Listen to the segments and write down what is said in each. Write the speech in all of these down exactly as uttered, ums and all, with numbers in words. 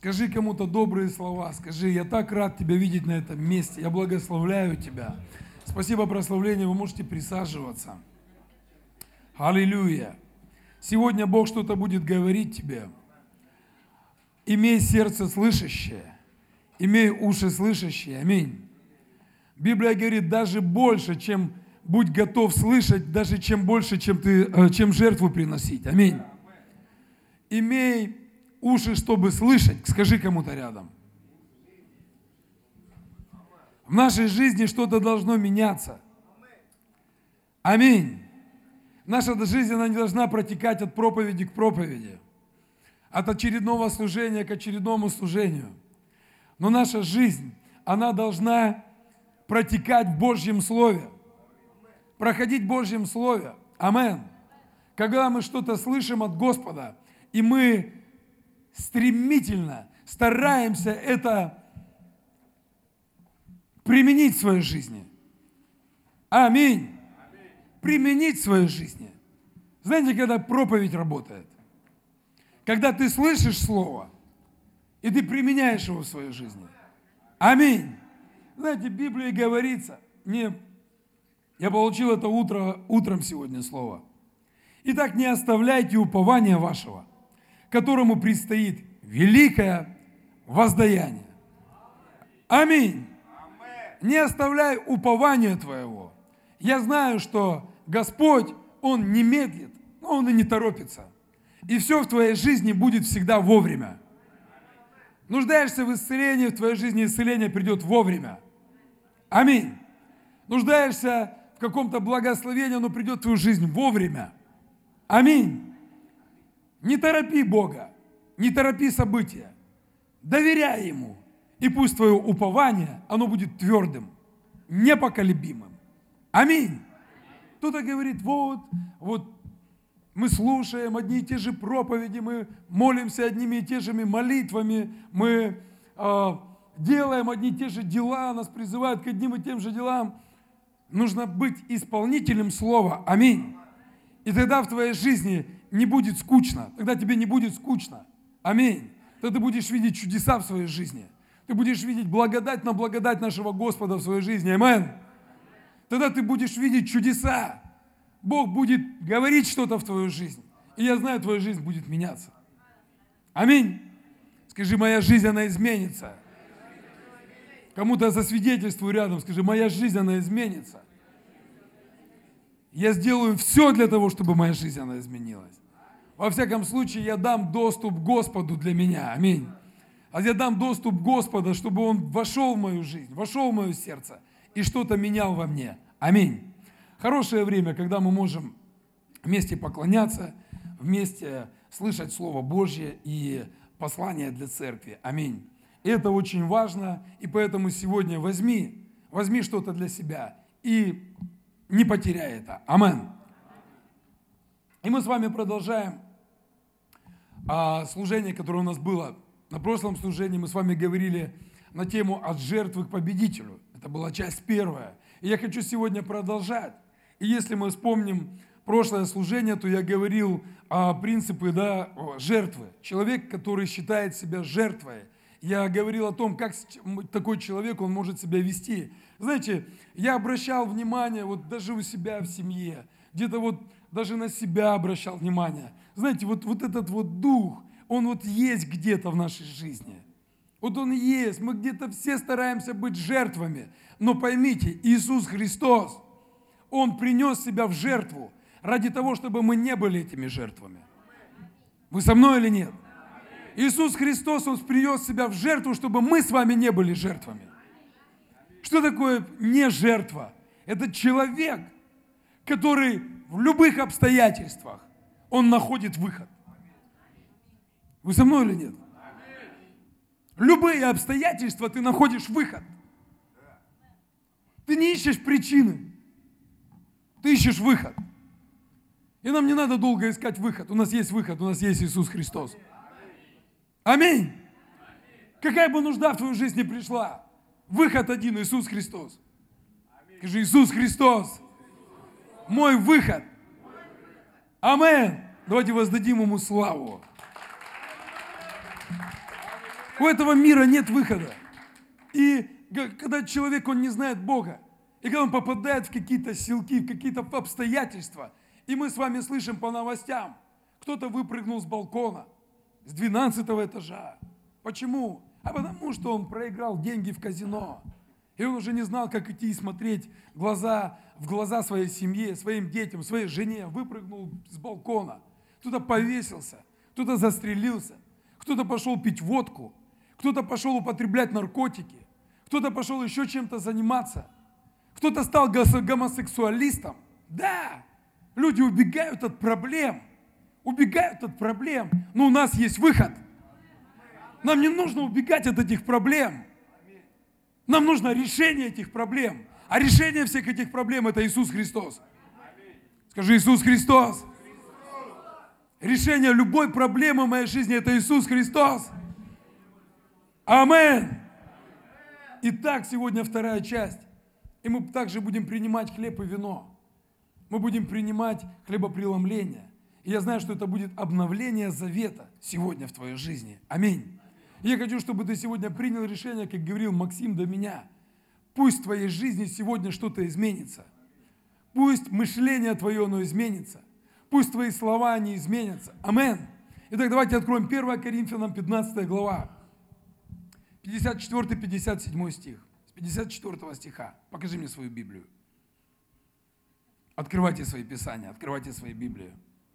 Скажи кому-то добрые слова. Скажи: я так рад тебя видеть на этом месте. Я благословляю тебя. Спасибо, прославление. Вы можете присаживаться. Аллилуйя. Сегодня Бог что-то будет говорить тебе. Имей сердце слышащее. Имей уши слышащие. Аминь. Библия говорит, даже больше, чем будь готов слышать, даже чем больше, чем, ты, чем жертву приносить. Аминь. Имей уши, чтобы слышать. Скажи кому-то рядом. В нашей жизни что-то должно меняться. Аминь. Наша жизнь, она не должна протекать от проповеди к проповеди, от очередного служения к очередному служению. Но наша жизнь, она должна протекать в Божьем Слове, проходить в Божьем Слове. Аминь. Когда мы что-то слышим от Господа, и мы стремительно стараемся это применить в своей жизни. Аминь. Применить в своей жизни. Знаете, когда проповедь работает? Когда ты слышишь Слово, и ты применяешь его в своей жизни. Аминь. Знаете, в Библии говорится, мне, я получил это утро, утром сегодня слово. Итак, не оставляйте упования вашего, которому предстоит великое воздаяние. Аминь. Не оставляй упования твоего. Я знаю, что Господь, Он не медлит, но Он и не торопится. И все в твоей жизни будет всегда вовремя. Нуждаешься в исцелении, в твоей жизни исцеление придет вовремя. Аминь. Нуждаешься в каком-то благословении, оно придет в твою жизнь вовремя. Аминь. Не торопи Бога, не торопи события. Доверяй Ему. И пусть твое упование, оно будет твердым, непоколебимым. Аминь. Кто-то говорит, вот, вот мы слушаем одни и те же проповеди, мы молимся одними и те же молитвами, мы э, делаем одни и те же дела, нас призывают к одним и тем же делам. Нужно быть исполнителем слова. Аминь. И тогда в твоей жизни не будет скучно. Тогда тебе не будет скучно. Аминь. Тогда ты будешь видеть чудеса в своей жизни. Ты будешь видеть благодать на благодать нашего Господа в своей жизни. Аминь. Тогда ты будешь видеть чудеса. Бог будет говорить что-то в твою жизнь. И я знаю, твоя жизнь будет меняться. Аминь. Скажи, моя жизнь, она изменится. Кому-то засвидетельствую рядом, скажи, моя жизнь, она изменится. Я сделаю все для того, чтобы моя жизнь, она изменилась. Во всяком случае, я дам доступ Господу для меня. Аминь. А я дам доступ Господа, чтобы Он вошел в мою жизнь, вошел в мое сердце и что-то менял во мне. Аминь. Хорошее время, когда мы можем вместе поклоняться, вместе слышать Слово Божье и послание для церкви. Аминь. И это очень важно, и поэтому сегодня возьми, возьми что-то для себя и не потеряй это. Аминь. И мы с вами продолжаем а, служение, которое у нас было. На прошлом служении мы с вами говорили на тему «От жертвы к победителю». Это была часть первая. И я хочу сегодня продолжать. И если мы вспомним прошлое служение, то я говорил о принципе да, жертвы. Человек, который считает себя жертвой. Я говорил о том, как такой человек, он может себя вести. Знаете, я обращал внимание, вот даже у себя в семье, где-то вот даже на себя обращал внимание. Знаете, вот, вот этот вот дух, он вот есть где-то в нашей жизни. Вот он есть, мы где-то все стараемся быть жертвами. Но поймите, Иисус Христос, Он принес себя в жертву ради того, чтобы мы не были этими жертвами. Вы со мной или нет? Иисус Христос, Он принес себя в жертву, чтобы мы с вами не были жертвами. Что такое не жертва? Это человек, который в любых обстоятельствах, он находит выход. Вы со мной или нет? Любые обстоятельства ты находишь выход. Ты не ищешь причины. Ты ищешь выход. И нам не надо долго искать выход. У нас есть выход, у нас есть Иисус Христос. Аминь. Какая бы нужда в твою жизнь ни пришла, выход один, Иисус Христос. Скажи, Иисус Христос, мой выход. Аминь. Давайте воздадим Ему славу. У этого мира нет выхода. И когда человек, он не знает Бога, и когда он попадает в какие-то селки, в какие-то обстоятельства, и мы с вами слышим по новостям, кто-то выпрыгнул с балкона, с двенадцатого этажа. Почему? А потому что он проиграл деньги в казино. И он уже не знал, как идти и смотреть в глаза, в глаза своей семье, своим детям, своей жене. Выпрыгнул с балкона. Кто-то повесился, кто-то застрелился, кто-то пошел пить водку, кто-то пошел употреблять наркотики, кто-то пошел еще чем-то заниматься, кто-то стал гомосексуалистом. Да, люди убегают от проблем, убегают от проблем, но у нас есть выход. Нам не нужно убегать от этих проблем. Нам нужно решение этих проблем. А решение всех этих проблем – это Иисус Христос. Скажи: Иисус Христос. Решение любой проблемы в моей жизни – это Иисус Христос. Аминь. Итак, сегодня вторая часть. И мы также будем принимать хлеб и вино. Мы будем принимать хлебопреломление. И я знаю, что это будет обновление завета сегодня в твоей жизни. Аминь. И я хочу, чтобы ты сегодня принял решение, как говорил Максим до меня. Пусть в твоей жизни сегодня что-то изменится. Пусть мышление твое, оно изменится. Пусть твои слова, они изменятся. Аминь. Итак, давайте откроем первое Коринфянам пятнадцатая глава. пятьдесят четвёртый пятьдесят седьмой стих. С пятьдесят четвёртого стиха. Покажи мне свою Библию. Открывайте свои Писания, открывайте свои Библии.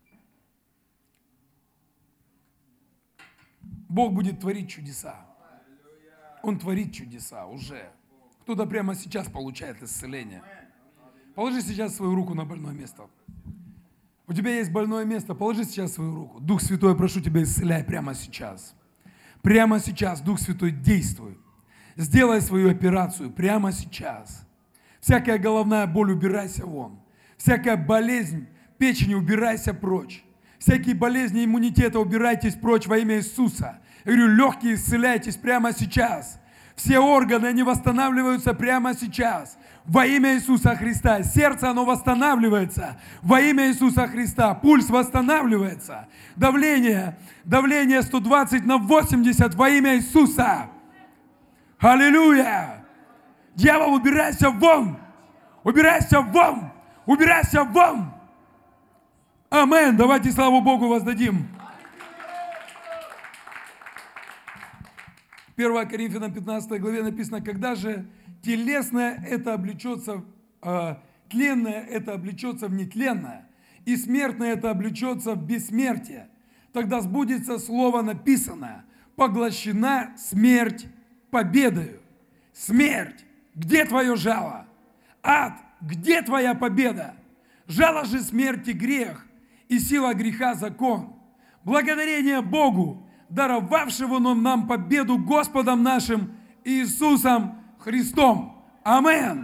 Бог будет творить чудеса. Он творит чудеса уже. Кто-то прямо сейчас получает исцеление. Положи сейчас свою руку на больное место. У тебя есть больное место, положи сейчас свою руку. Дух Святой, прошу тебя, исцеляй прямо сейчас. Прямо сейчас Дух Святой действуй. Сделай свою операцию прямо сейчас. Всякая головная боль, убирайся вон. Всякая болезнь печени, убирайся прочь. Всякие болезни иммунитета, убирайтесь прочь во имя Иисуса. Я говорю, легкие, исцеляйтесь прямо сейчас. Все органы, они восстанавливаются прямо сейчас. Во имя Иисуса Христа. Сердце, оно восстанавливается. Во имя Иисуса Христа. Пульс восстанавливается. Давление, давление сто двадцать на восемьдесят во имя Иисуса. Аллилуйя. Дьявол, убирайся вон. Убирайся вон. Убирайся вон. Аминь. Давайте славу Богу воздадим. первое Коринфянам пятнадцатой главе написано: когда же телесное это облечется, э, тленное это облечется в нетленное, и смертное это облечется в бессмертие, тогда сбудется слово написанное: поглощена смерть победою. Смерть, где твое жало? Ад, где твоя победа? Жало же смерти грех, и сила греха закон. Благодарение Богу, даровавшего нам победу Господом нашим Иисусом Христом. Аминь.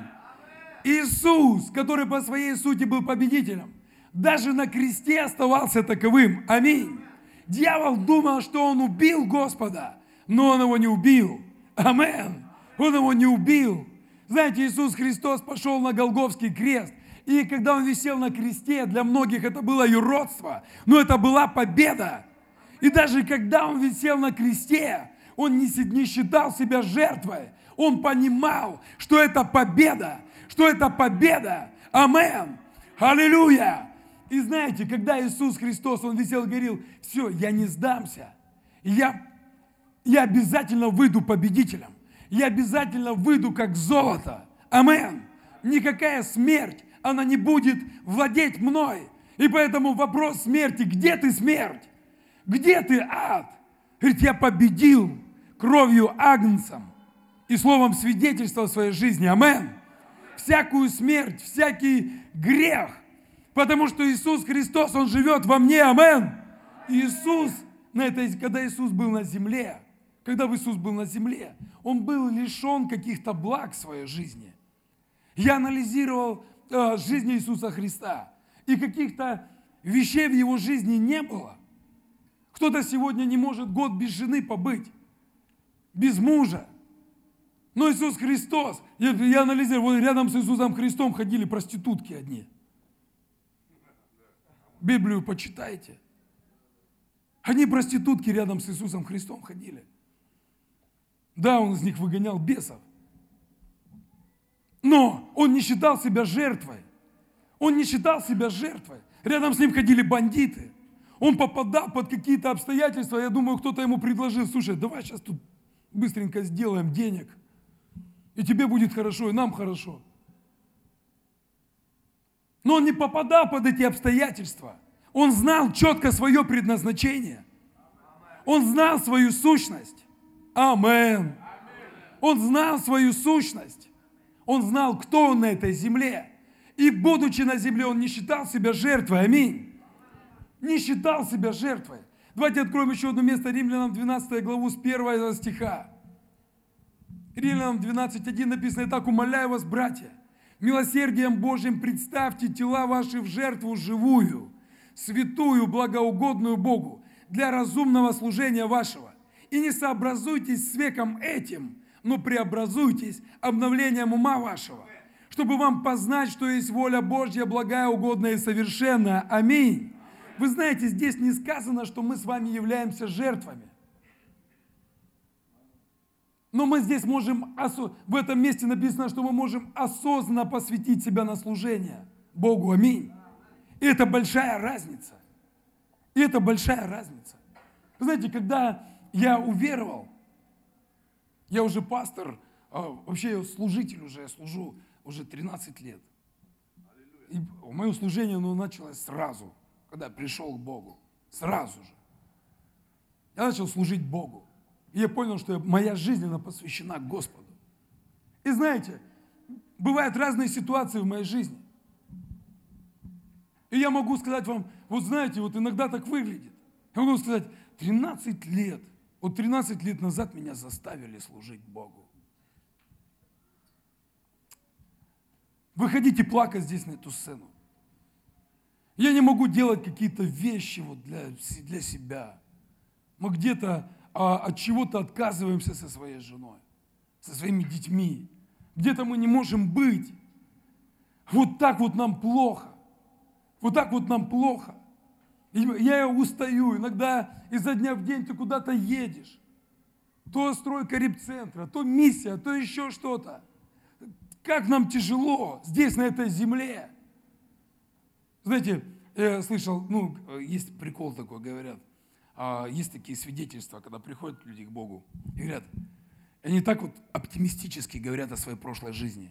Иисус, который по своей сути был победителем, даже на кресте оставался таковым. Аминь. Дьявол думал, что он убил Господа, но он его не убил. Аминь. Он его не убил. Знаете, Иисус Христос пошел на Голгофский крест. И когда он висел на кресте, для многих это было юродство, но это была победа. И даже когда он висел на кресте, он не, не считал себя жертвой. Он понимал, что это победа, что это победа. Аминь. Аллилуйя. И знаете, когда Иисус Христос, он висел и говорил: все, я не сдамся. Я, я обязательно выйду победителем. Я обязательно выйду как золото. Аминь. Никакая смерть, она не будет владеть мной. И поэтому вопрос смерти: где ты, смерть? Где ты, ад? Говорит, я победил кровью агнцем и словом свидетельства в своей жизни. Аминь. Всякую смерть, всякий грех. Потому что Иисус Христос, Он живет во мне. Аминь. Иисус, на этой, когда Иисус был на земле, когда Иисус был на земле, Он был лишен каких-то благ в своей жизни. Я анализировал э, жизнь Иисуса Христа, и каких-то вещей в Его жизни не было. Кто-то сегодня не может год без жены побыть, без мужа. Но Иисус Христос, я, я анализировал, вот рядом с Иисусом Христом ходили проститутки одни. Библию почитайте. Одни проститутки рядом с Иисусом Христом ходили. Да, он из них выгонял бесов. Но он не считал себя жертвой. Он не считал себя жертвой. Рядом с ним ходили бандиты. Он попадал под какие-то обстоятельства. Я думаю, кто-то ему предложил: слушай, давай сейчас тут быстренько сделаем денег. И тебе будет хорошо, и нам хорошо. Но он не попадал под эти обстоятельства. Он знал четко свое предназначение. Он знал свою сущность. Амен. Он знал свою сущность. Он знал, кто он на этой земле. И будучи на земле, он не считал себя жертвой. Аминь. Не считал себя жертвой. Давайте откроем еще одно место. Римлянам двенадцатую главу с первого стиха. Римлянам двенадцать один написано: «Итак, умоляю вас, братья, милосердием Божьим представьте тела ваши в жертву живую, святую, благоугодную Богу, для разумного служения вашего. И не сообразуйтесь с веком этим, но преобразуйтесь обновлением ума вашего, чтобы вам познать, что есть воля Божья, благая, угодная и совершенная». Аминь. Вы знаете, здесь не сказано, что мы с вами являемся жертвами. Но мы здесь можем, в этом месте написано, что мы можем осознанно посвятить себя на служение Богу. Аминь. И это большая разница. И это большая разница. Вы знаете, когда я уверовал, я уже пастор, вообще я служитель уже, я служу уже тринадцать лет. И мое служение оно началось сразу, когда я пришел к Богу. Сразу же. Я начал служить Богу. И я понял, что моя жизнь, она посвящена Господу. И знаете, бывают разные ситуации в моей жизни. И я могу сказать вам, вот знаете, вот иногда так выглядит. Я могу сказать, тринадцать лет, вот тринадцать лет назад меня заставили служить Богу. Вы хотите плакать здесь на эту сцену. Я не могу делать какие-то вещи вот для, для себя. Мы где-то а, от чего-то отказываемся со своей женой, со своими детьми. Где-то мы не можем быть. Вот так вот нам плохо. Вот так вот нам плохо. И я устаю. Иногда изо дня в день ты куда-то едешь. То стройка репцентра, то миссия, то еще что-то. Как нам тяжело здесь, на этой земле. Знаете, я слышал, ну, есть прикол такой, говорят, есть такие свидетельства, когда приходят люди к Богу и говорят, они так вот оптимистически говорят о своей прошлой жизни.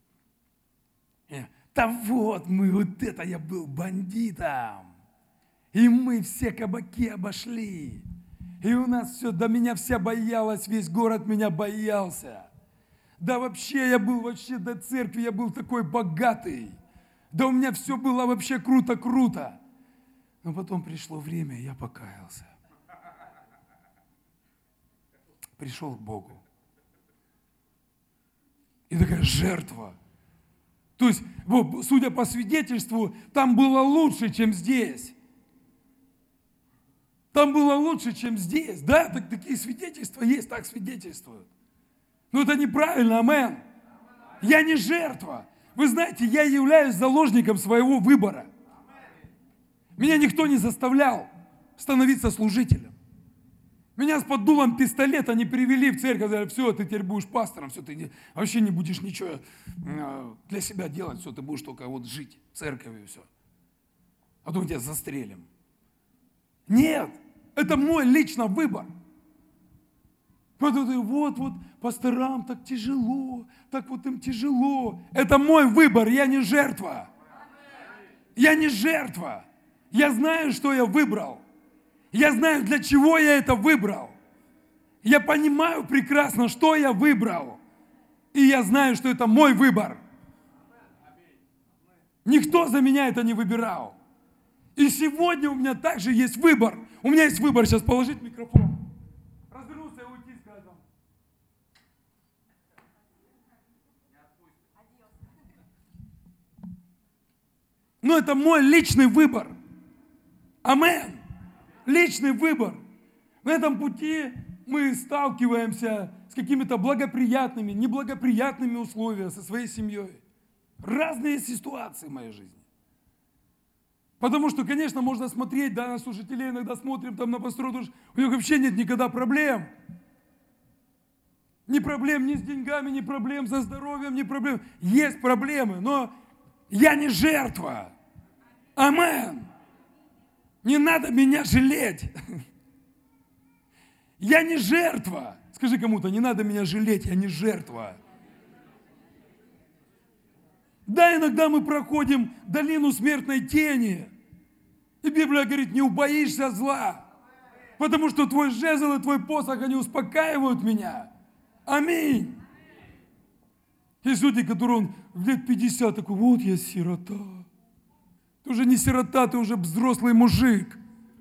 Да вот мы, вот это я был бандитом, и мы все кабаки обошли, и у нас все, да меня вся боялась, весь город меня боялся. Да вообще я был вообще до церкви, я был такой богатый. Да у меня все было вообще круто-круто. Но потом пришло время, и я покаялся. Пришел к Богу. И такая жертва. То есть, судя по свидетельству, там было лучше, чем здесь. Там было лучше, чем здесь. Да, так, такие свидетельства есть, так свидетельствуют. Но это неправильно, амен. Я не жертва. Вы знаете, я являюсь заложником своего выбора. Меня никто не заставлял становиться служителем. Меня с под дулом пистолета не привели в церковь, сказали, все, ты теперь будешь пастором, все, ты вообще не будешь ничего для себя делать, все, ты будешь только вот жить в церкви и все. А потом тебя застрелим. Нет, это мой личный выбор. Вот, вот, пасторам так тяжело, так вот им тяжело. Это мой выбор, я не жертва. Я не жертва. Я знаю, что я выбрал. Я знаю, для чего я это выбрал. Я понимаю прекрасно, что я выбрал. И я знаю, что это мой выбор. Никто за меня это не выбирал. И сегодня у меня также есть выбор. У меня есть выбор сейчас положить микрофон. Развернуться и уйти, сказать вам. Но это мой личный выбор. Амен. Личный выбор. На этом пути мы сталкиваемся с какими-то благоприятными, неблагоприятными условиями со своей семьей. Разные ситуации в моей жизни. Потому что, конечно, можно смотреть, да, на служителей иногда смотрим там на пасторов, у них вообще нет никогда проблем. Ни проблем ни с деньгами, ни проблем со здоровьем, ни проблем. Есть проблемы, но я не жертва. Амен. Не надо меня жалеть. Я не жертва. Скажи кому-то, не надо меня жалеть, я не жертва. Да, иногда мы проходим долину смертной тени. И Библия говорит, не убоишься зла. Потому что твой жезл и твой посох, они успокаивают меня. Аминь. Есть люди, которые он в лет пятьдесят такой, вот я сирота. Ты уже не сирота, ты уже взрослый мужик.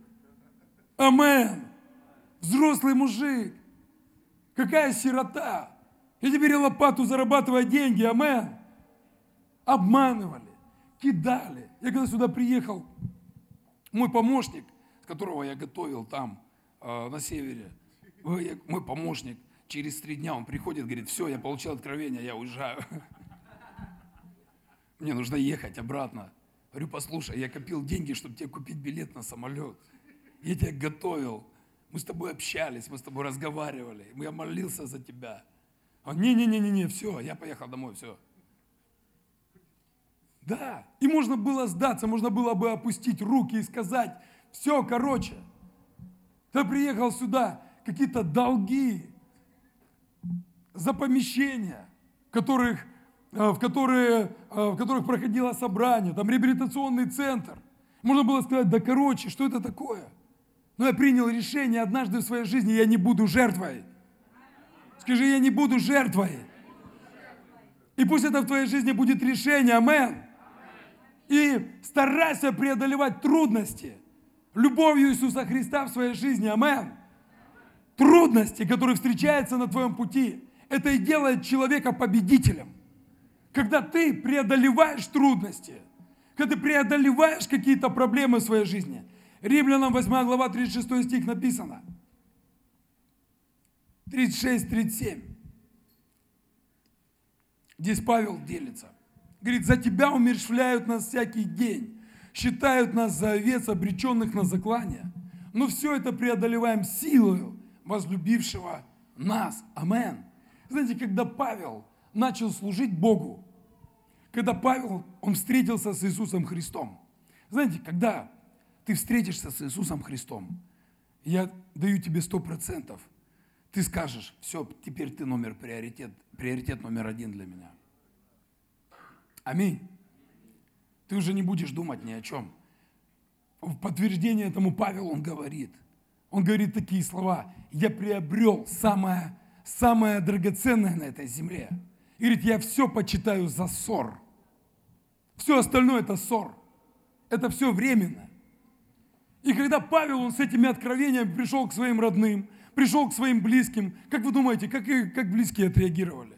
Амен. Взрослый мужик. Какая сирота? И теперь лопату зарабатывая деньги. Амен. Обманывали, кидали. Я когда сюда приехал, мой помощник, с которого я готовил там, э, на севере, мой помощник, через три дня он приходит, говорит, все, я получил откровение, я уезжаю. Мне нужно ехать обратно. Говорю, послушай, я копил деньги, чтобы тебе купить билет на самолет. Я тебя готовил. Мы с тобой общались, мы с тобой разговаривали. Я молился за тебя. Он, не-не-не-не, все, я поехал домой, все. Да, и можно было сдаться, можно было бы опустить руки и сказать, все, короче. Ты приехал сюда, какие-то долги за помещения, которых, в, которые, в которых проходило собрание, там реабилитационный центр. Можно было сказать, да короче, что это такое? Но я принял решение однажды в своей жизни, я не буду жертвой. Скажи, я не буду жертвой. И пусть это в твоей жизни будет решение, амен. И старайся преодолевать трудности любовью Иисуса Христа в своей жизни, амен. Трудности, которые встречаются на твоем пути, это и делает человека победителем. Когда ты преодолеваешь трудности, когда ты преодолеваешь какие-то проблемы в своей жизни. Римлянам восьмая глава, тридцать шестой стих написано. тридцать шесть тридцать семь. Здесь Павел делится. Говорит, за тебя умерщвляют нас всякий день, считают нас за овец, обреченных на заклание. Но все это преодолеваем силою возлюбившего нас. Амен. Знаете, когда Павел начал служить Богу, когда Павел, он встретился с Иисусом Христом. Знаете, когда ты встретишься с Иисусом Христом, я даю тебе сто процентов, ты скажешь, все, теперь ты номер приоритет, приоритет номер один для меня. Аминь. Ты уже не будешь думать ни о чем. В подтверждение этому Павел, он говорит. Он говорит такие слова. Я приобрел самое, самое драгоценное на этой земле. И говорит, я все почитаю за ссор. Все остальное это ссор. Это все временно. И когда Павел, он с этими откровениями пришел к своим родным, пришел к своим близким, как вы думаете, как, как близкие отреагировали?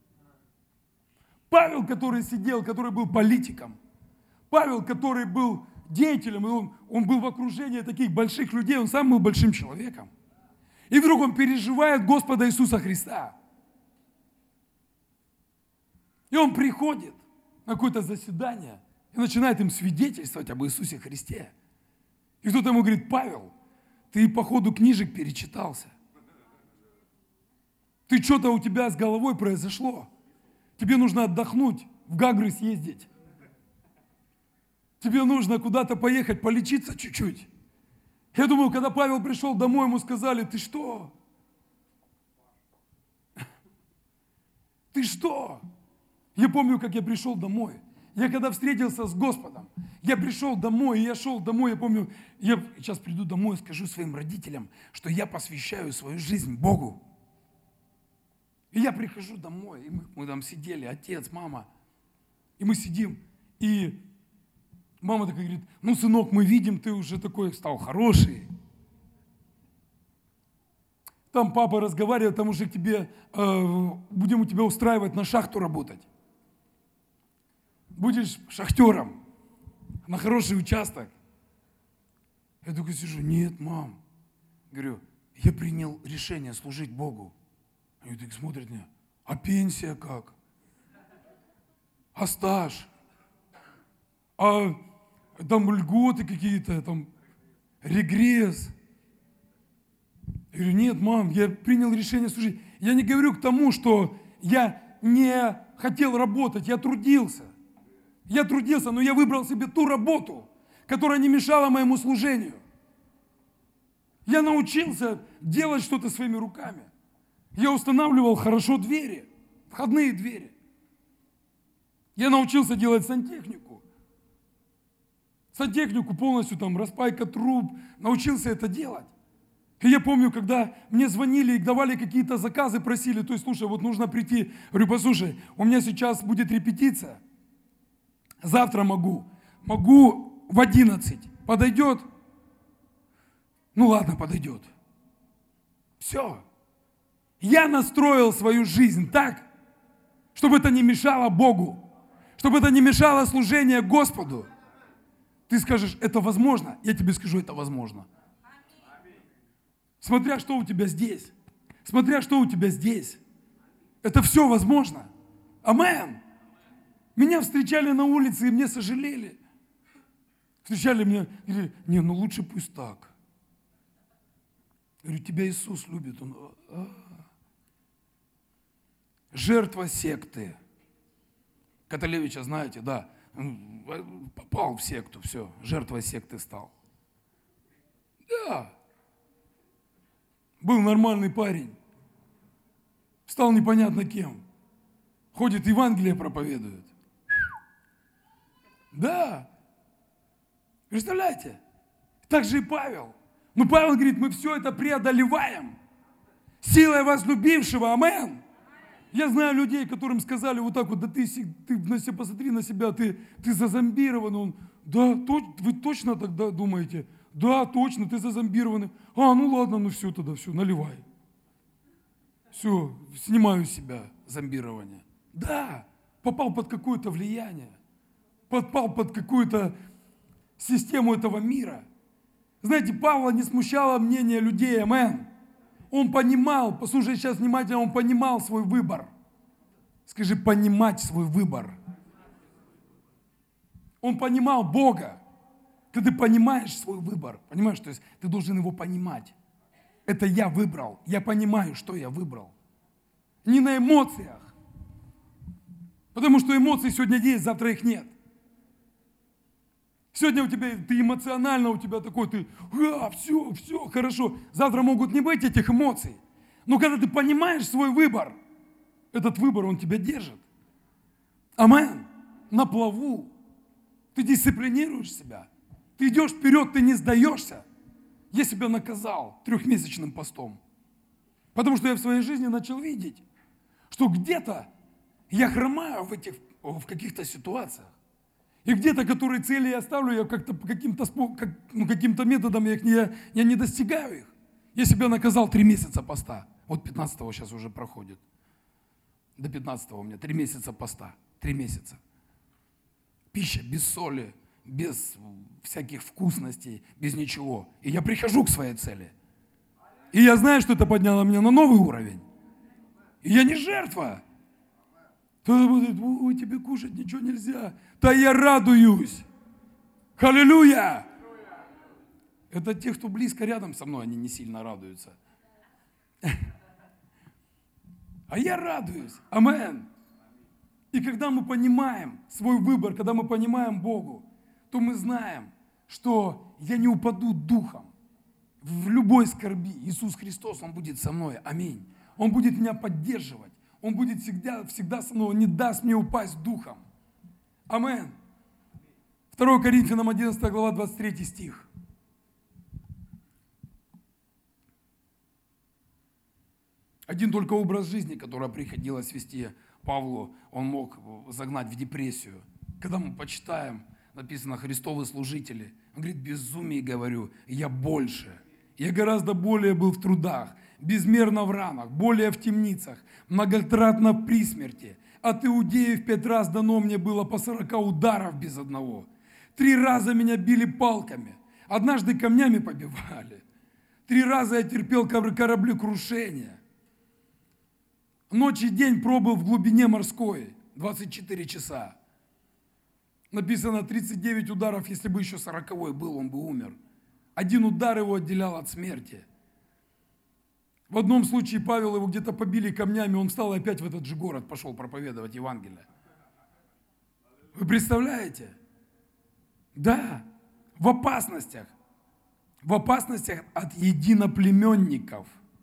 Павел, который сидел, который был политиком, Павел, который был деятелем, и он, он был в окружении таких больших людей, он сам был большим человеком. И вдруг он переживает Господа Иисуса Христа. И он приходит на какое-то заседание и начинает им свидетельствовать об Иисусе Христе. И кто-то ему говорит, Павел, ты по ходу книжек перечитался. Ты что-то у тебя с головой произошло. Тебе нужно отдохнуть, в Гагры съездить. Тебе нужно куда-то поехать, полечиться чуть-чуть. Я думаю, когда Павел пришел домой, ему сказали, ты что? Ты что? Я помню, как я пришел домой. Я когда встретился с Господом, я пришел домой, и я шел домой, я помню, я сейчас приду домой и скажу своим родителям, что я посвящаю свою жизнь Богу. И я прихожу домой, и мы, мы там сидели, отец, мама, и мы сидим, и мама такая говорит, ну, сынок, мы видим, ты уже такой стал хороший. Там папа разговаривает, там уже к тебе, э, будем у тебя устраивать на шахту работать. Будешь шахтером на хороший участок. Я такой сижу, нет, мам. Говорю, я принял решение служить Богу. Они так смотрят на меня, а пенсия как? А стаж? А там льготы какие-то, там регресс? Я говорю, нет, мам, я принял решение служить. Я не говорю к тому, что я не хотел работать, я трудился. Я трудился, но я выбрал себе ту работу, которая не мешала моему служению. Я научился делать что-то своими руками. Я устанавливал хорошо двери, входные двери. Я научился делать сантехнику. Сантехнику полностью, там, распайка труб, научился это делать. И я помню, когда мне звонили и давали какие-то заказы, просили, то есть, слушай, вот нужно прийти. Говорю, послушай, у меня сейчас будет репетиция, завтра могу, могу в одиннадцать, подойдет? Ну ладно, подойдет. Все. Я настроил свою жизнь так, чтобы это не мешало Богу, чтобы это не мешало служению Господу. Ты скажешь, это возможно? Я тебе скажу, это возможно. Смотря что у тебя здесь. Смотря что у тебя здесь. Это все возможно. Амен. Меня встречали на улице и мне сожалели. Встречали меня, говорили, не, ну лучше пусть так. Я говорю, тебя Иисус любит. Он, а-а-а. Жертва секты. Каталевича, знаете, да, попал в секту, все, жертва секты стал. Да. Был нормальный парень. Стал непонятно кем. Ходит, Евангелие проповедует. Да. Представляете? Так же и Павел. Но Павел говорит, мы все это преодолеваем. Силой возлюбившего. Амен. Я знаю людей, которым сказали вот так вот, да ты, ты на себя, посмотри на себя, ты, ты зазомбирован. Он, да, то, вы точно тогда думаете? Да, точно, ты зазомбированный. А, ну ладно, ну все тогда, все, наливай. Все, снимаю с себя зомбирование. Да, попал под какое-то влияние. Попал под какую-то систему этого мира. Знаете, Павла не смущало мнение людей, амен. Он понимал, послушай сейчас внимательно, он понимал свой выбор. Скажи, понимать свой выбор. Он понимал Бога. Когда ты понимаешь свой выбор, понимаешь, то есть ты должен его понимать. Это я выбрал, я понимаю, что я выбрал. Не на эмоциях. Потому что эмоции сегодня есть, завтра их нет. Сегодня у тебя, ты эмоционально, у тебя такой, ты, а, все, все, хорошо. Завтра могут не быть этих эмоций. Но когда ты понимаешь свой выбор, этот выбор, он тебя держит. Амен. На плаву. Ты дисциплинируешь себя. Ты идешь вперед, ты не сдаешься. Я себя наказал трехмесячным постом. Потому что я в своей жизни начал видеть, что где-то я хромаю в, этих, в каких-то ситуациях. И где-то, которые цели я ставлю, я как-то каким-то, как, ну, каким-то методом я, их не, я, я не достигаю их. Я себя наказал три месяца поста. Вот пятнадцатого сейчас уже проходит. До пятнадцатого у меня три месяца поста. Три месяца. Пища без соли, без всяких вкусностей, без ничего. И я прихожу к своей цели. И я знаю, что это подняло меня на новый уровень. И я не жертва. Кто-то будет, ой, тебе кушать ничего нельзя. Да я радуюсь. Аллилуйя. Это те, кто близко рядом со мной, они не сильно радуются. А я радуюсь. Амен. И когда мы понимаем свой выбор, когда мы понимаем Богу, то мы знаем, что я не упаду духом в любой скорби. Иисус Христос, Он будет со мной. Аминь. Он будет меня поддерживать. Он будет всегда, всегда со мной. Он не даст мне упасть духом. Амен. второе Коринфянам одиннадцатая глава, двадцать третий стих. Один только образ жизни, который приходилось вести Павлу, он мог загнать в депрессию. Когда мы почитаем, написано «Христовы служители», он говорит, безумие говорю, я больше. Я гораздо более был в трудах, безмерно в ранах, более в темницах, многократно при смерти. От иудеев пять раз дано мне было по сорока ударов без одного. Три раза меня били палками, однажды камнями побивали. Три раза я терпел кораблекрушение. Ночь и день пробыл в глубине морской, двадцать четыре часа. Написано тридцать девять ударов, если бы еще сороковой был, он бы умер. Один удар его отделял от смерти. В одном случае Павел, его где-то побили камнями, он встал и опять в этот же город пошел проповедовать Евангелие. Вы представляете? Да, в опасностях. В опасностях от единоплеменников.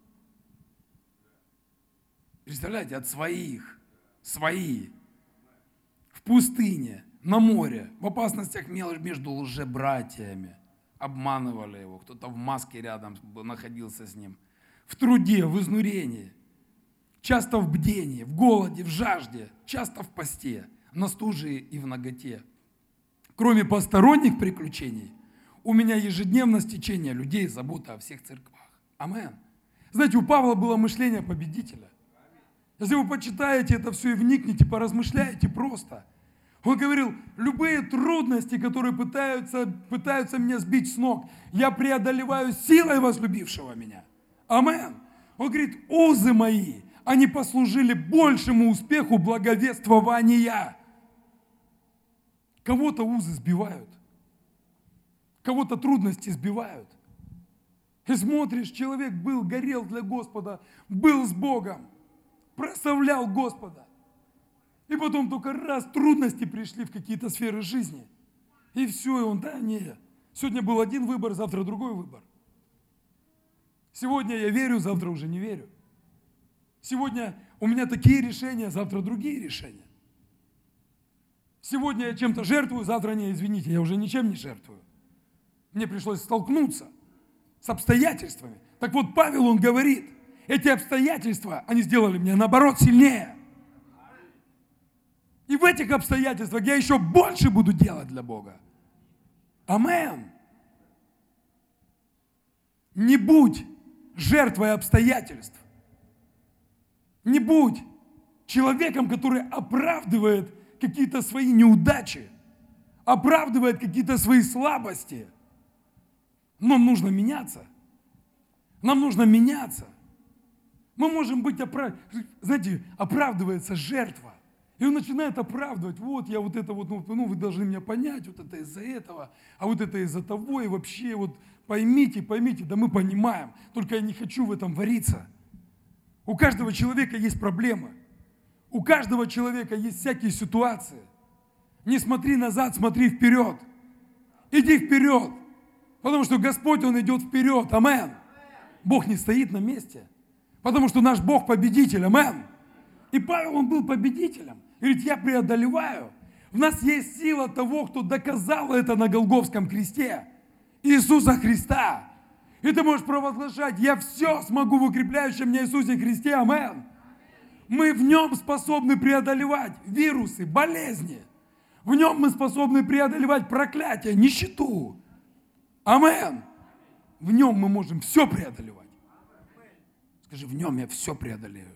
Представляете, от своих. Свои. В пустыне, на море, в опасностях между лжебратьями. Обманывали его, кто-то в маске рядом находился с ним. В труде, в изнурении. Часто в бдении, в голоде, в жажде. Часто в посте, на стуже и в наготе. Кроме посторонних приключений, у меня ежедневно стечение людей, забота о всех церквах. Амен. Знаете, у Павла было мышление победителя. Если вы почитаете это все и вникнете, поразмышляете просто. Он говорил, любые трудности, которые пытаются, пытаются меня сбить с ног, я преодолеваю силой возлюбившего меня. Амен. Он говорит, узы мои, они послужили большему успеху благовествования. Кого-то узы сбивают. Кого-то трудности сбивают. И смотришь, человек был, горел для Господа, был с Богом, прославлял Господа. И потом только раз трудности пришли в какие-то сферы жизни. И все, и он, да, нет. Сегодня был один выбор, завтра другой выбор. Сегодня я верю, завтра уже не верю. Сегодня у меня такие решения, завтра другие решения. Сегодня я чем-то жертвую, завтра не, извините, я уже ничем не жертвую. Мне пришлось столкнуться с обстоятельствами. Так вот, Павел, он говорит, эти обстоятельства, они сделали меня, наоборот, сильнее. И в этих обстоятельствах я еще больше буду делать для Бога. Амен. Не будь жертвой обстоятельств. Не будь человеком, который оправдывает какие-то свои неудачи, оправдывает какие-то свои слабости. Нам нужно меняться. Нам нужно меняться. Мы можем быть оправ... Знаете, оправдывается жертва. И он начинает оправдывать, вот я вот это вот, ну, ну вы должны меня понять, вот это из-за этого, а вот это из-за того, и вообще вот поймите, поймите, да мы понимаем, только я не хочу в этом вариться. У каждого человека есть проблемы, у каждого человека есть всякие ситуации. Не смотри назад, смотри вперед. Иди вперед, потому что Господь, Он идет вперед, амен. Бог не стоит на месте, потому что наш Бог победитель, амен. И Павел, он был победителем. Говорит, я преодолеваю. В нас есть сила того, кто доказал это на Голгофском кресте. Иисуса Христа. И ты можешь провозглашать, я все смогу в укрепляющем меня Иисусе Христе. Амен. Мы в нем способны преодолевать вирусы, болезни. В нем мы способны преодолевать проклятие, нищету. Амен. В нем мы можем все преодолевать. Скажи, в нем я все преодолею.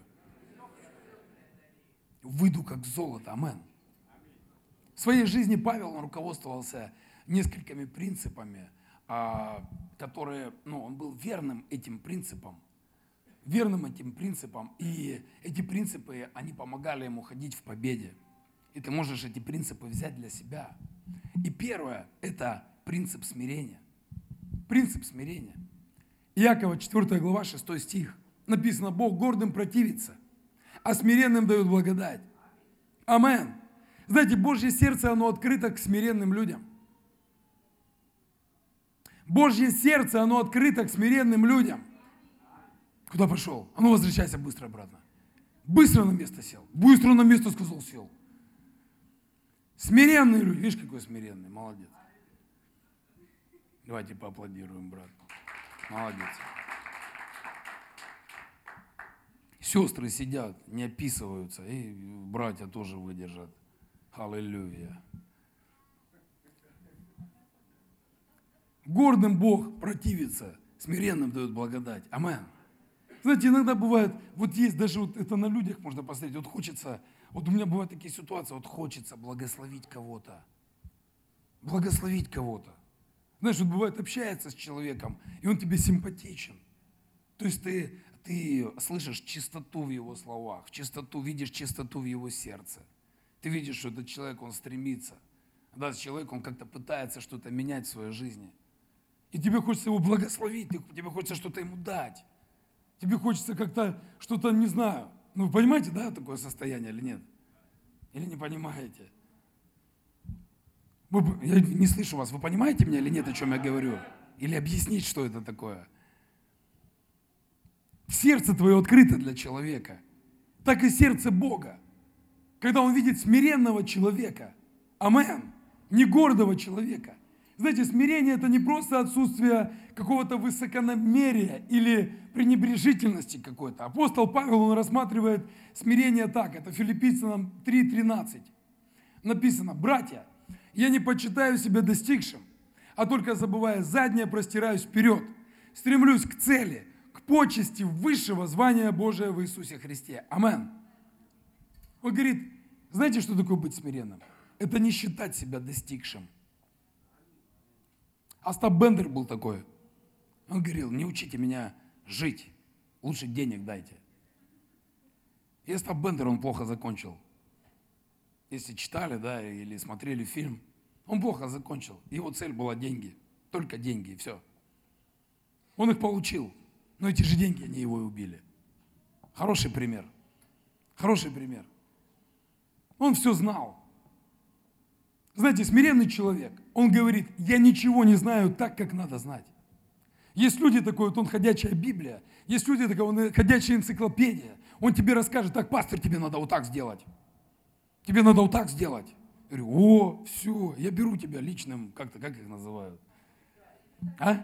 Выйду как золото. Амен. В своей жизни Павел он руководствовался несколькими принципами, которые, ну, он был верным этим принципам. Верным этим принципам. И эти принципы, они помогали ему ходить в победе. И ты можешь эти принципы взять для себя. И первое, это принцип смирения. Принцип смирения. Иакова, четвёртая глава, шестой стих. Написано, Бог гордым противится, а смиренным дает благодать. Амен. Знаете, Божье сердце, оно открыто к смиренным людям. Божье сердце, оно открыто к смиренным людям. Куда пошел? А ну возвращайся быстро обратно. Быстро на место сел. Быстро на место, сказал, сел. Смиренные люди. Видишь, какой смиренный. Молодец. Давайте поаплодируем, брат. Молодец. Сестры сидят, не описываются, и братья тоже выдержат. Аллилуйя. Гордым Бог противится, смиренным дает благодать. Амен. Знаете, иногда бывает, вот есть даже вот это на людях можно посмотреть, вот хочется, вот у меня бывают такие ситуации, вот хочется благословить кого-то. Благословить кого-то. Знаешь, вот бывает, общается с человеком, и он тебе симпатичен. То есть ты, ты слышишь чистоту в его словах, чистоту, видишь чистоту в его сердце. Ты видишь, что этот человек, он стремится. Да, человек, он как-то пытается что-то менять в своей жизни. И тебе хочется его благословить, тебе хочется что-то ему дать. Тебе хочется как-то что-то, не знаю. Ну, вы понимаете, да, такое состояние или нет? Или не понимаете? Вы, я не слышу вас. Вы понимаете меня или нет, о чем я говорю? Или объяснить, что это такое? Сердце твое открыто для человека. Так и сердце Бога. Когда Он видит смиренного человека. Амен. Не гордого человека. Знаете, смирение – это не просто отсутствие какого-то высокомерия или пренебрежительности какой-то. Апостол Павел, он рассматривает смирение так. Это Филиппийцам три тринадцать. Написано: «Братья, я не почитаю себя достигшим, а только забывая заднее, простираюсь вперед, стремлюсь к цели, к почести высшего звания Божия в Иисусе Христе». Амен. Он говорит, знаете, что такое быть смиренным? Это не считать себя достигшим. Остап Бендер был такой. Он говорил: не учите меня жить, лучше денег дайте. И Остап Бендер, он плохо закончил. Если читали, да, или смотрели фильм, он плохо закончил. Его цель была деньги, только деньги, и все. Он их получил, но эти же деньги, они его и убили. Хороший пример. Хороший пример. Он все знал. Знаете, смиренный человек, он говорит: я ничего не знаю так, как надо знать. Есть люди такой, вот он ходячая Библия, есть люди такой, он ходячая энциклопедия. Он тебе расскажет: так, пастор, тебе надо вот так сделать. Тебе надо вот так сделать. Я говорю: о, все, я беру тебя личным, как-то, как их называют? А?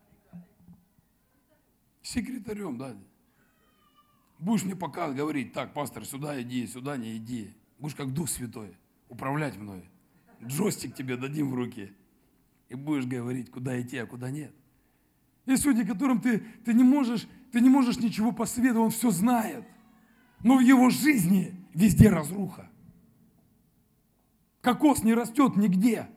Секретарем, да. Будешь мне пока говорить: так, пастор, сюда иди, сюда не иди. Будешь как Дух Святой управлять мной. Джойстик тебе дадим в руки. И будешь говорить, куда идти, а куда нет. Есть люди, которым ты, ты, не можешь, ты не можешь ничего посоветовать, он все знает. Но в его жизни везде разруха. Кокос не растет нигде.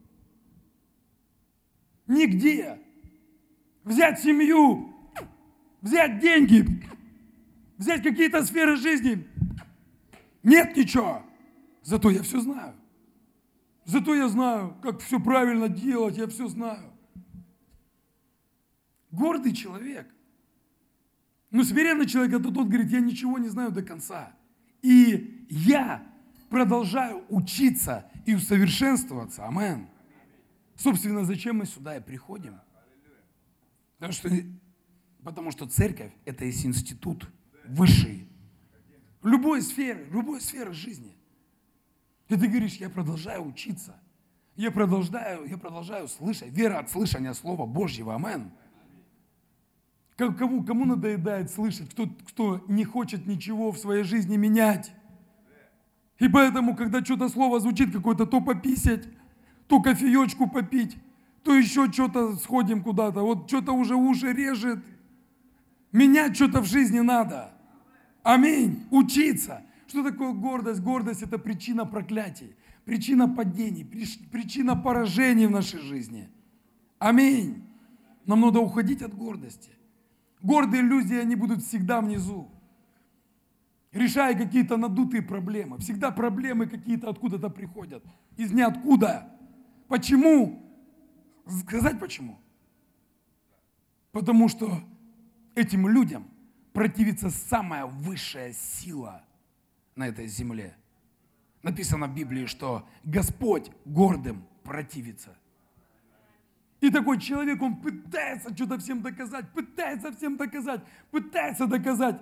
Нигде. Взять семью, взять деньги, взять какие-то сферы жизни. Нет ничего. Зато я все знаю. Зато я знаю, как все правильно делать, я все знаю. Гордый человек. Но смиренный человек, это тот, говорит: я ничего не знаю до конца. И я продолжаю учиться и усовершенствоваться. Амен. Собственно, зачем мы сюда и приходим? Потому что, потому что церковь – это есть институт высший. В любой сфере, в любой сфере жизни. И ты говоришь: я продолжаю учиться. Я продолжаю, я продолжаю слышать. Вера от слышания Слова Божьего. Амен. Кому, кому надоедает слышать, кто, кто не хочет ничего в своей жизни менять. И поэтому, когда что-то слово звучит какое-то, то пописать, то кофеечку попить, то еще что-то сходим куда-то. Вот что-то уже уши режет. Менять что-то в жизни надо. Аминь. Учиться. Что такое гордость? Гордость – это причина проклятий, причина падений, причина поражений в нашей жизни. Аминь. Нам надо уходить от гордости. Гордые люди, они будут всегда внизу, решая какие-то надутые проблемы. Всегда проблемы какие-то откуда-то приходят, из ниоткуда. Почему? Сказать почему? Потому что этим людям противится самая высшая сила на этой земле. Написано в Библии, что Господь гордым противится. И такой человек, он пытается что-то всем доказать, пытается всем доказать, пытается доказать.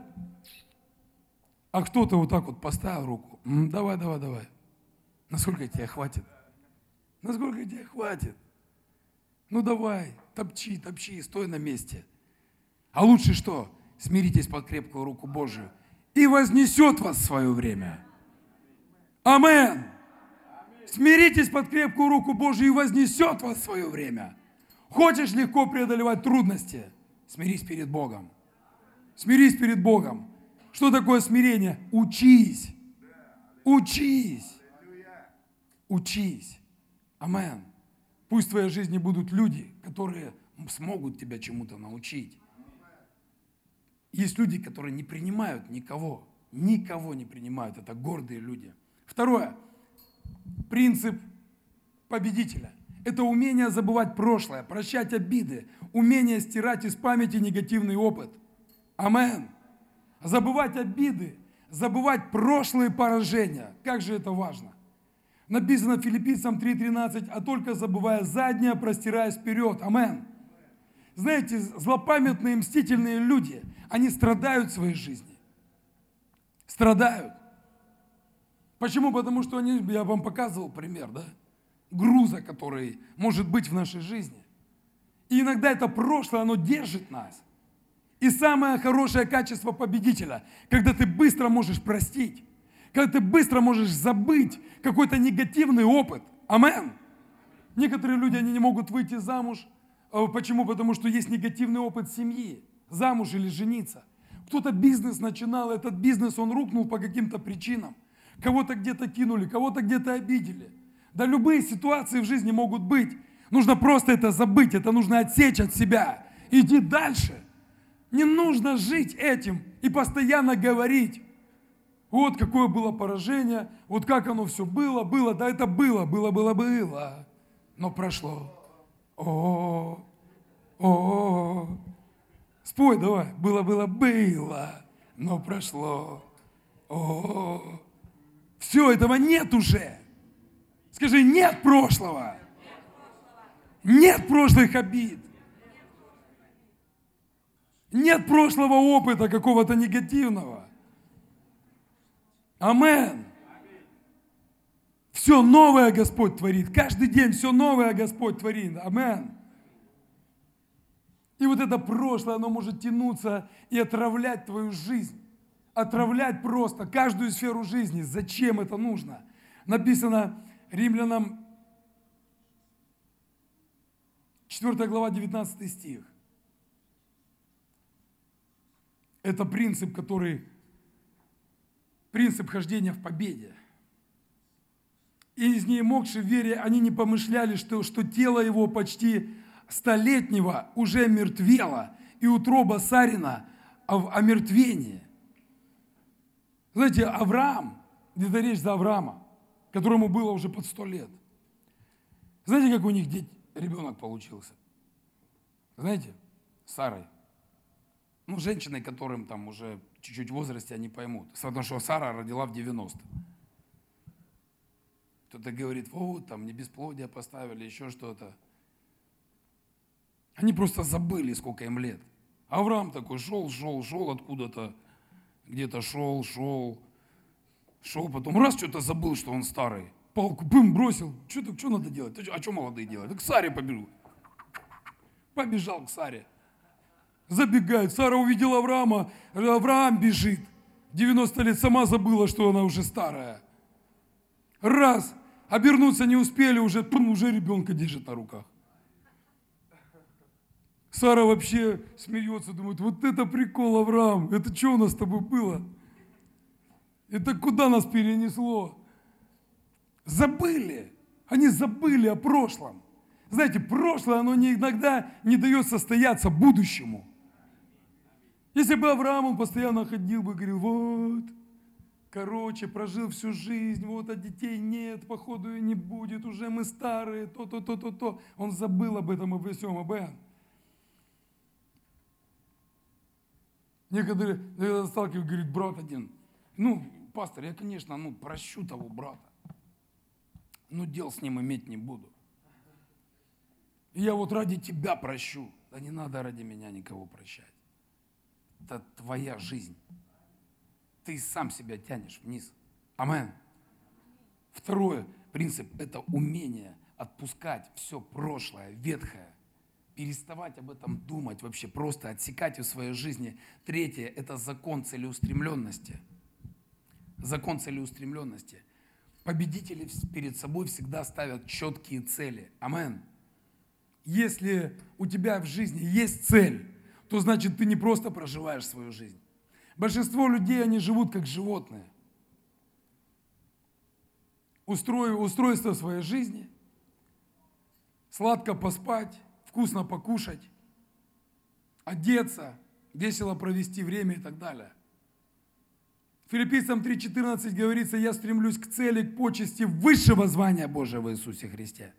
А кто-то вот так вот поставил руку: М, давай, давай, давай. Насколько тебе хватит? Насколько тебе хватит? Ну давай, топчи, топчи, стой на месте. А лучше что? Смиритесь под крепкую руку Божию, и вознесет вас в свое время. Амен. Смиритесь под крепкую руку Божию, и вознесет вас в свое время. Хочешь легко преодолевать трудности? Смирись перед Богом. Смирись перед Богом. Что такое смирение? Учись. Учись. Учись. Амен. Пусть в твоей жизни будут люди, которые смогут тебя чему-то научить. Есть люди, которые не принимают никого. Никого не принимают. Это гордые люди. Второе. Принцип победителя. Это умение забывать прошлое, прощать обиды, умение стирать из памяти негативный опыт. Амен. Забывать обиды, забывать прошлые поражения. Как же это важно. Написано Филиппийцам три тринадцать, а только забывая заднее, простираясь вперед. Амен. Знаете, злопамятные, мстительные люди, они страдают в своей жизни. Страдают. Почему? Потому что они, я вам показывал пример, да? Груза, который может быть в нашей жизни. И иногда это прошлое, оно держит нас. И самое хорошее качество победителя, когда ты быстро можешь простить, когда ты быстро можешь забыть какой-то негативный опыт. Амен. Некоторые люди, они не могут выйти замуж. Почему? Потому что есть негативный опыт семьи, замуж или жениться. Кто-то бизнес начинал, этот бизнес, он рухнул по каким-то причинам. Кого-то где-то кинули, кого-то где-то обидели. Да любые ситуации в жизни могут быть. Нужно просто это забыть, это нужно отсечь от себя. Иди дальше. Не нужно жить этим и постоянно говорить. Вот какое было поражение, вот как оно все было, было, да это было, было, было, было, но прошло. О, о, спой давай, было, было, было, но прошло. О, все, этого нет уже. Скажи, нет прошлого. Нет прошлых обид. Нет прошлого опыта какого-то негативного. Амен. Все новое Господь творит. Каждый день все новое Господь творит. Амен. И вот это прошлое, оно может тянуться и отравлять твою жизнь. Отравлять просто каждую сферу жизни. Зачем это нужно? Написано Римлянам четвёртая глава, девятнадцатый стих. Это принцип, который, принцип хождения в победе. И из неимогшей в вере они не помышляли, что, что тело его почти столетнего уже мертвело, и утроба Сарина в омертвении. Знаете, Авраам, где-то речь за Авраама, которому было уже под сто лет. Знаете, как у них деть, ребенок получился? Знаете, с Сарой. Ну, женщины, которым там уже чуть-чуть в возрасте, они поймут. Потому что Сара родила в девяносто. Кто-то говорит, вот, там не бесплодие поставили, еще что-то. Они просто забыли, сколько им лет. Авраам такой шел, шел, шел откуда-то, где-то шел, шел, шел, потом раз что-то забыл, что он старый. Палку, бым, бросил. Что, что надо делать? А что молодые делают? Да к Саре побежу. Побежал к Саре. Забегает. Сара увидела Авраама. Авраам бежит. девяносто лет сама забыла, что она уже старая. Раз. Обернуться не успели, уже, пум, уже ребенка держит на руках. Сара вообще смеется, думает, вот это прикол, Авраам. Это что у нас с тобой было? Это куда нас перенесло? Забыли. Они забыли о прошлом. Знаете, прошлое, оно не, иногда не дает состояться будущему. Если бы Авраам, он постоянно ходил бы и говорил, вот, короче, прожил всю жизнь, вот, а детей нет, походу и не будет, уже мы старые, то-то, то-то, то. Он забыл об этом, обо всем, об этом. Некоторые, я сталкиваюсь, говорит, брат один, ну, пастор, я, конечно, ну, прощу того брата, но дел с ним иметь не буду. И я вот ради тебя прощу. Да не надо ради меня никого прощать. Это твоя жизнь. Ты сам себя тянешь вниз. Амен. Второе, принцип, это умение отпускать все прошлое, ветхое. Переставать об этом думать, вообще просто отсекать в своей жизни. Третье, это закон целеустремленности. Закон целеустремленности. Победители перед собой всегда ставят четкие цели. Амен. Если у тебя в жизни есть цель, то значит ты не просто проживаешь свою жизнь. Большинство людей, они живут как животные. Устрой, устройство своей жизни, сладко поспать, вкусно покушать, одеться, весело провести время и так далее. Филиппийцам три четырнадцать говорится, я стремлюсь к цели, к почести высшего звания Божьего в Иисусе Христе.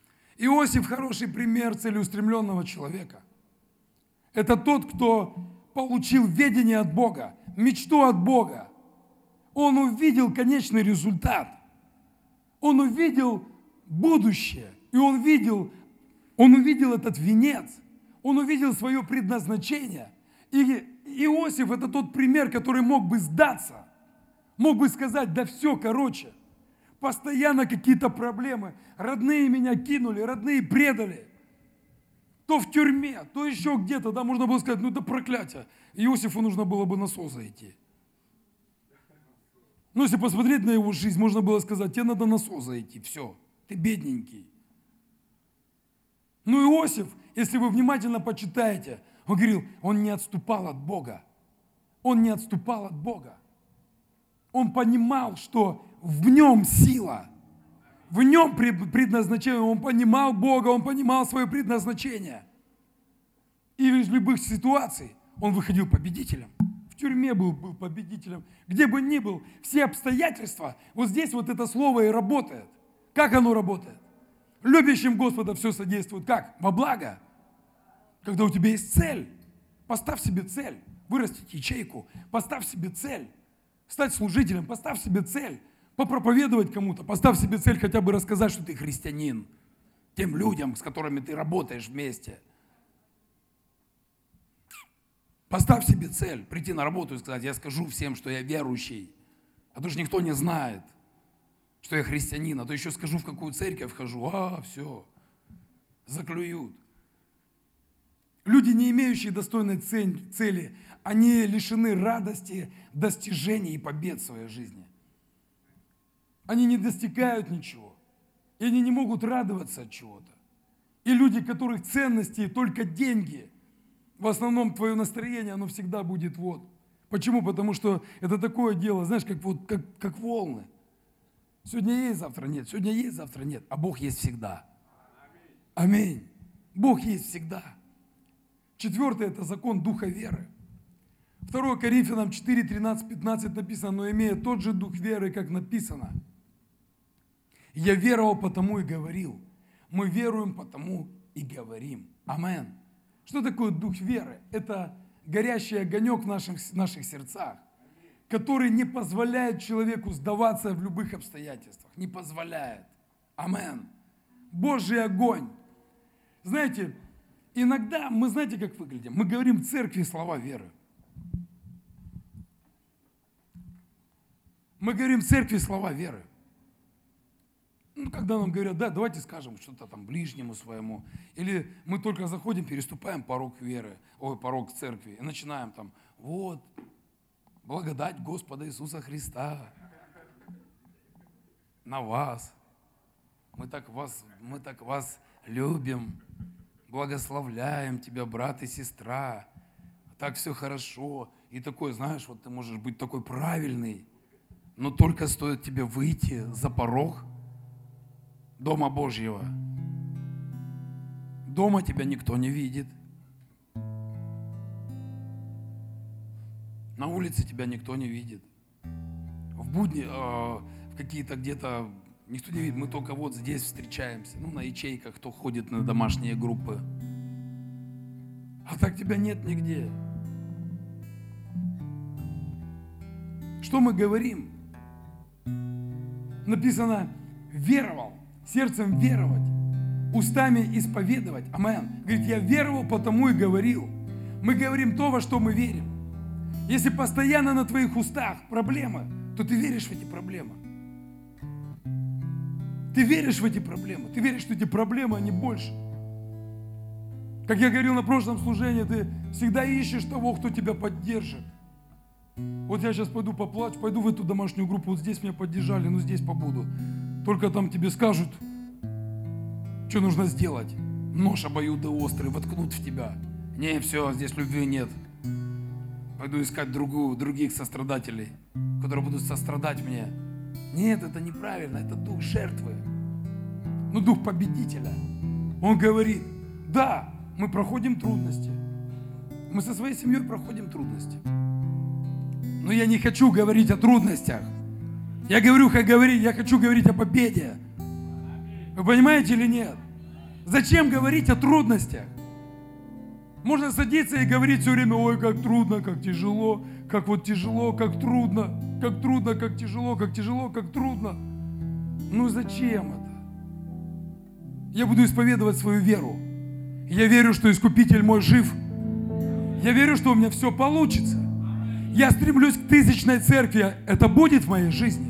Иосиф хороший пример целеустремленного человека. Это тот, кто получил ведение от Бога, мечту от Бога. Он увидел конечный результат. Он увидел будущее. И он видел, он увидел этот венец. Он увидел свое предназначение. И Иосиф – это тот пример, который мог бы сдаться. Мог бы сказать, да все, короче. Постоянно какие-то проблемы. Родные меня кинули, родные предали. То в тюрьме, то еще где-то. Да, можно было сказать, ну это проклятие. Иосифу нужно было бы на СОЗа идти. Ну, если посмотреть на его жизнь, можно было сказать, тебе надо на СОЗа идти. Все, ты бедненький. Ну, Иосиф, если вы внимательно почитаете, он говорил, он не отступал от Бога. Он не отступал от Бога. Он понимал, что в нем сила, в нем предназначение. Он понимал Бога, он понимал свое предназначение. И из любых ситуаций он выходил победителем. В тюрьме был, был победителем. Где бы ни был, все обстоятельства, вот здесь вот это слово и работает. Как оно работает? Любящим Господа все содействует. Как? Во благо. Когда у тебя есть цель, поставь себе цель. Вырастить ячейку, поставь себе цель. Стать служителем, поставь себе цель. Попроповедовать кому-то, поставь себе цель хотя бы рассказать, что ты христианин. Тем людям, с которыми ты работаешь вместе. Поставь себе цель, прийти на работу и сказать, я скажу всем, что я верующий. А то же никто не знает, что я христианин. А то еще скажу, в какую церковь хожу. А, все, заклюют. Люди, не имеющие достойной цели, они лишены радости, достижений и побед в своей жизни. Они не достигают ничего. И они не могут радоваться от чего-то. И люди, которых ценности только деньги, в основном твое настроение, оно всегда будет вот. Почему? Потому что это такое дело, знаешь, как, вот, как, как волны. Сегодня есть, завтра нет. Сегодня есть, завтра нет. А Бог есть всегда. Аминь. Бог есть всегда. Четвертое – это закон духа веры. второе Коринфянам четыре, тринадцать, пятнадцать написано, но имея тот же дух веры, как написано. Я веровал, потому и говорил. Мы веруем, потому и говорим. Амин. Что такое дух веры? Это горящий огонек в наших, в наших сердцах, который не позволяет человеку сдаваться в любых обстоятельствах. Не позволяет. Амин. Божий огонь. Знаете, иногда мы, знаете, как выглядим? Мы говорим в церкви слова веры. Мы говорим в церкви слова веры. Ну, когда нам говорят, да, давайте скажем что-то там ближнему своему. Или мы только заходим, переступаем порог веры, ой, порог церкви, и начинаем там, вот, благодать Господа Иисуса Христа на вас. Мы так вас, мы так вас любим, благословляем тебя, брат и сестра. Так все хорошо. И такой, знаешь, вот ты можешь быть такой правильный, но только стоит тебе выйти за порог Дома Божьего. Дома тебя никто не видит. На улице тебя никто не видит. В будни, э, в какие-то где-то никто не видит. Мы только вот здесь встречаемся. Ну, на ячейках, кто ходит на домашние группы. А так тебя нет нигде. Что мы говорим? Написано, веровал. Сердцем веровать, устами исповедовать. Амин. Говорит, я веровал, потому и говорил. Мы говорим то, во что мы верим. Если постоянно на твоих устах проблемы, то ты веришь в эти проблемы. Ты веришь в эти проблемы. Ты веришь, что эти проблемы, они больше. Как я говорил на прошлом служении, ты всегда ищешь того, кто тебя поддержит. Вот я сейчас пойду поплачу, пойду в эту домашнюю группу, вот здесь меня поддержали, ну здесь побуду. Только там тебе скажут, что нужно сделать. Нож обоюдоострый воткнут в тебя. Не, все, здесь любви нет. Пойду искать другую, других сострадателей, которые будут сострадать мне. Нет, это неправильно, это дух жертвы. Ну, дух победителя. Он говорит, да, мы проходим трудности. Мы со своей семьей проходим трудности. Но я не хочу говорить о трудностях. Я говорю, как говорить, я хочу говорить о победе. Вы понимаете или нет? Зачем говорить о трудностях? Можно садиться и говорить все время: ой, как трудно, как тяжело, как вот тяжело, как трудно, как трудно, как тяжело, как тяжело, как трудно. Ну зачем это? Я буду исповедовать свою веру. Я верю, что Искупитель мой жив. Я верю, что у меня все получится. Я стремлюсь к тысячной церкви. Это будет в моей жизни.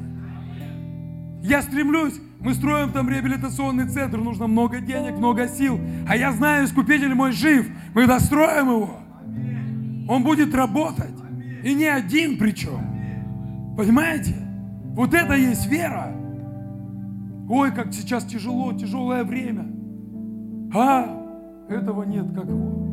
Я стремлюсь. Мы строим там реабилитационный центр. Нужно много денег, много сил. А я знаю, Искупитель мой жив. Мы достроим его. Он будет работать. И не один причем. Понимаете? Вот это есть вера. Ой, как сейчас тяжело, тяжелое время. А, этого нет, как его.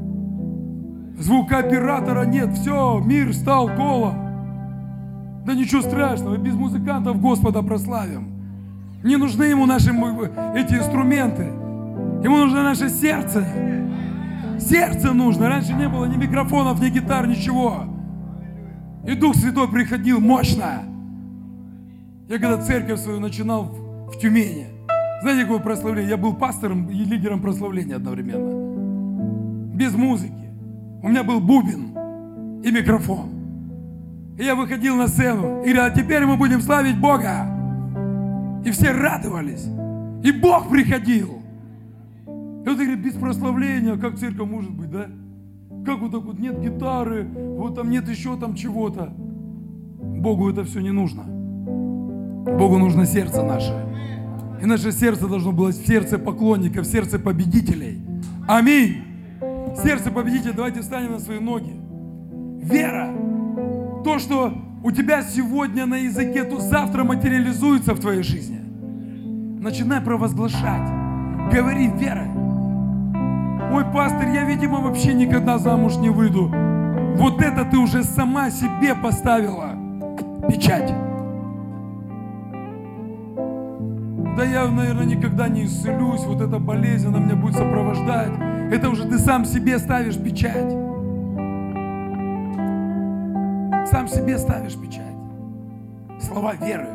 Звукооператора нет, все, мир стал колом. Да ничего страшного, без музыкантов Господа прославим. Не нужны ему наши эти инструменты. Ему нужно наше сердце. Сердце нужно. Раньше не было ни микрофонов, ни гитар, ничего. И Дух Святой приходил мощно. Я когда церковь свою начинал в, в Тюмени, знаете, какое прославление? Я был пастором и лидером прославления одновременно. Без музыки. У меня был бубен и микрофон. И я выходил на сцену и говорил: а теперь мы будем славить Бога. И все радовались. И Бог приходил. И вот говорит: без прославления, как церковь может быть, да? Как вот так вот нет гитары, вот там нет еще там чего-то. Богу это все не нужно. Богу нужно сердце наше. И наше сердце должно было в сердце поклонников, в сердце победителей. Аминь. Сердце победителей. Давайте встанем на свои ноги. Вера. То, что у тебя сегодня на языке, то завтра материализуется в твоей жизни. Начинай провозглашать. Говори верой. Ой, пастор, я, видимо, вообще никогда замуж не выйду. Вот это ты уже сама себе поставила печать. Да я, наверное, никогда не исцелюсь. Вот эта болезнь, она меня будет сопровождать. Это уже ты сам себе ставишь печать. Сам себе ставишь печать. Слова веры.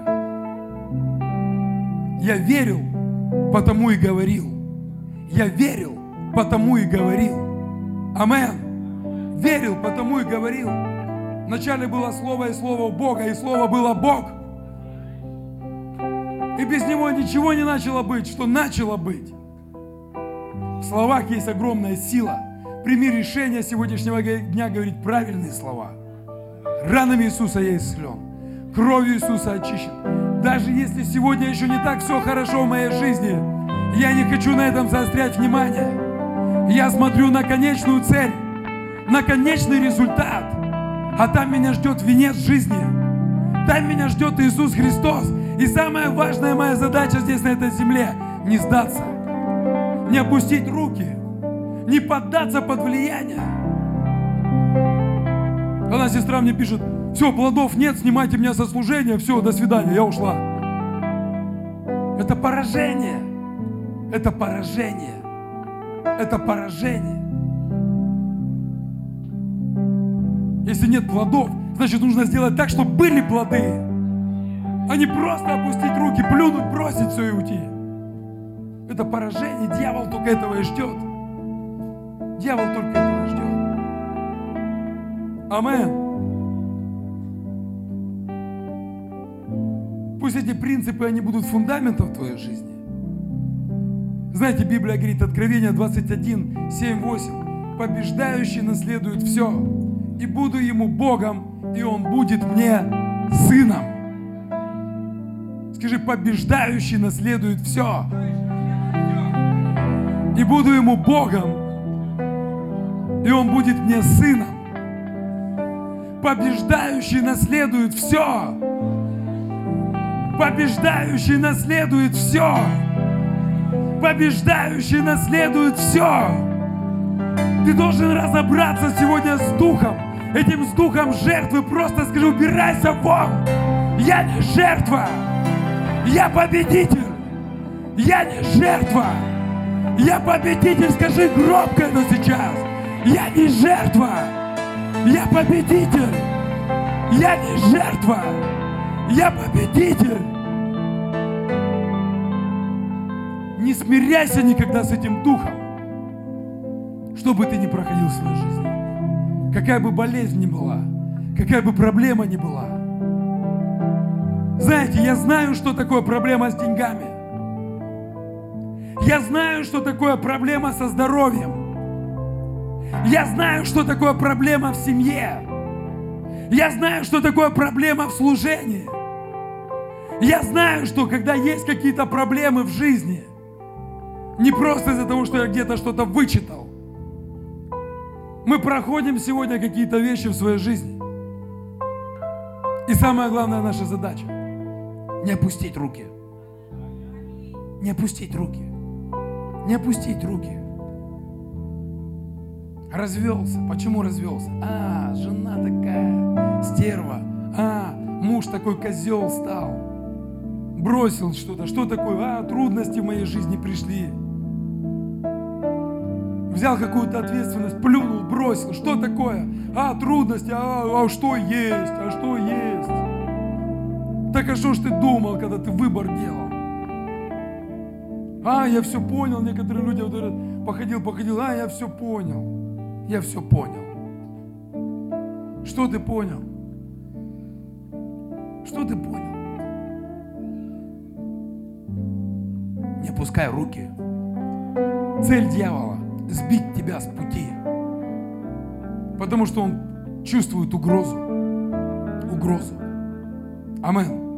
Я верил, потому и говорил. Я верил, потому и говорил. Амен. Верил, потому и говорил. Вначале было Слово, и Слово у Бога, и Слово было Бог. И без Него ничего не начало быть, что начало быть. В словах есть огромная сила. Прими решение сегодняшнего дня говорить правильные слова. Ранами Иисуса я исцелен. Кровью Иисуса очищен. Даже если сегодня еще не так все хорошо в моей жизни, я не хочу на этом заострять внимание. Я смотрю на конечную цель, на конечный результат. А там меня ждет венец жизни. Там меня ждет Иисус Христос. И самая важная моя задача здесь, на этой земле, не сдаться, не опустить руки, не поддаться под влияние. Одна сестра мне пишет: все, плодов нет, снимайте меня со служения, все, до свидания, я ушла. Это поражение. Это поражение. Это поражение. Если нет плодов, значит, нужно сделать так, чтобы были плоды. А не просто опустить руки, плюнуть, бросить все и уйти. Это поражение. Дьявол только этого и ждет. Дьявол только этого ждет. Амен. Пусть эти принципы, они будут фундаментом в твоей жизни. Знаете, Библия говорит, Откровение двадцать один, семь, восемь. Побеждающий наследует все. И буду ему Богом, и он будет мне сыном. Скажи: побеждающий наследует все. И буду ему Богом, и он будет мне сыном. Побеждающий наследует все. Побеждающий наследует все. Побеждающий наследует все. Ты должен разобраться сегодня с духом. Этим с духом жертвы. Просто скажи: убирайся вон. Я не жертва. Я победитель. Я не жертва. Я победитель. Скажи громко это сейчас. Я не жертва. Я победитель. Я не жертва. Я победитель. Не смиряйся никогда с этим духом. Что бы ты ни проходил в своей жизни, какая бы болезнь ни была, какая бы проблема ни была. Знаете, я знаю, что такое проблема с деньгами. Я знаю, что такое проблема со здоровьем. Я знаю, что такое проблема в семье. Я знаю, что такое проблема в служении. Я знаю, что когда есть какие-то проблемы в жизни, не просто из-за того, что я где-то что-то вычитал, мы проходим сегодня какие-то вещи в своей жизни. И самая главная наша задача – не опустить руки. Не опустить руки. Не опустить руки. Развелся. Почему развелся? А, жена такая стерва. А, муж такой козел стал. Бросил что-то. Что такое? А, трудности в моей жизни пришли. Взял какую-то ответственность, плюнул, бросил. Что такое? А, трудности. А, а что есть? А что есть? Так а что ж ты думал, когда ты выбор делал? А, я все понял. Некоторые люди говорят, походил, походил. А, я все понял. Я все понял. Что ты понял? Что ты понял? Не опускай руки. Цель дьявола – сбить тебя с пути. Потому что он чувствует угрозу. Угрозу. Амин.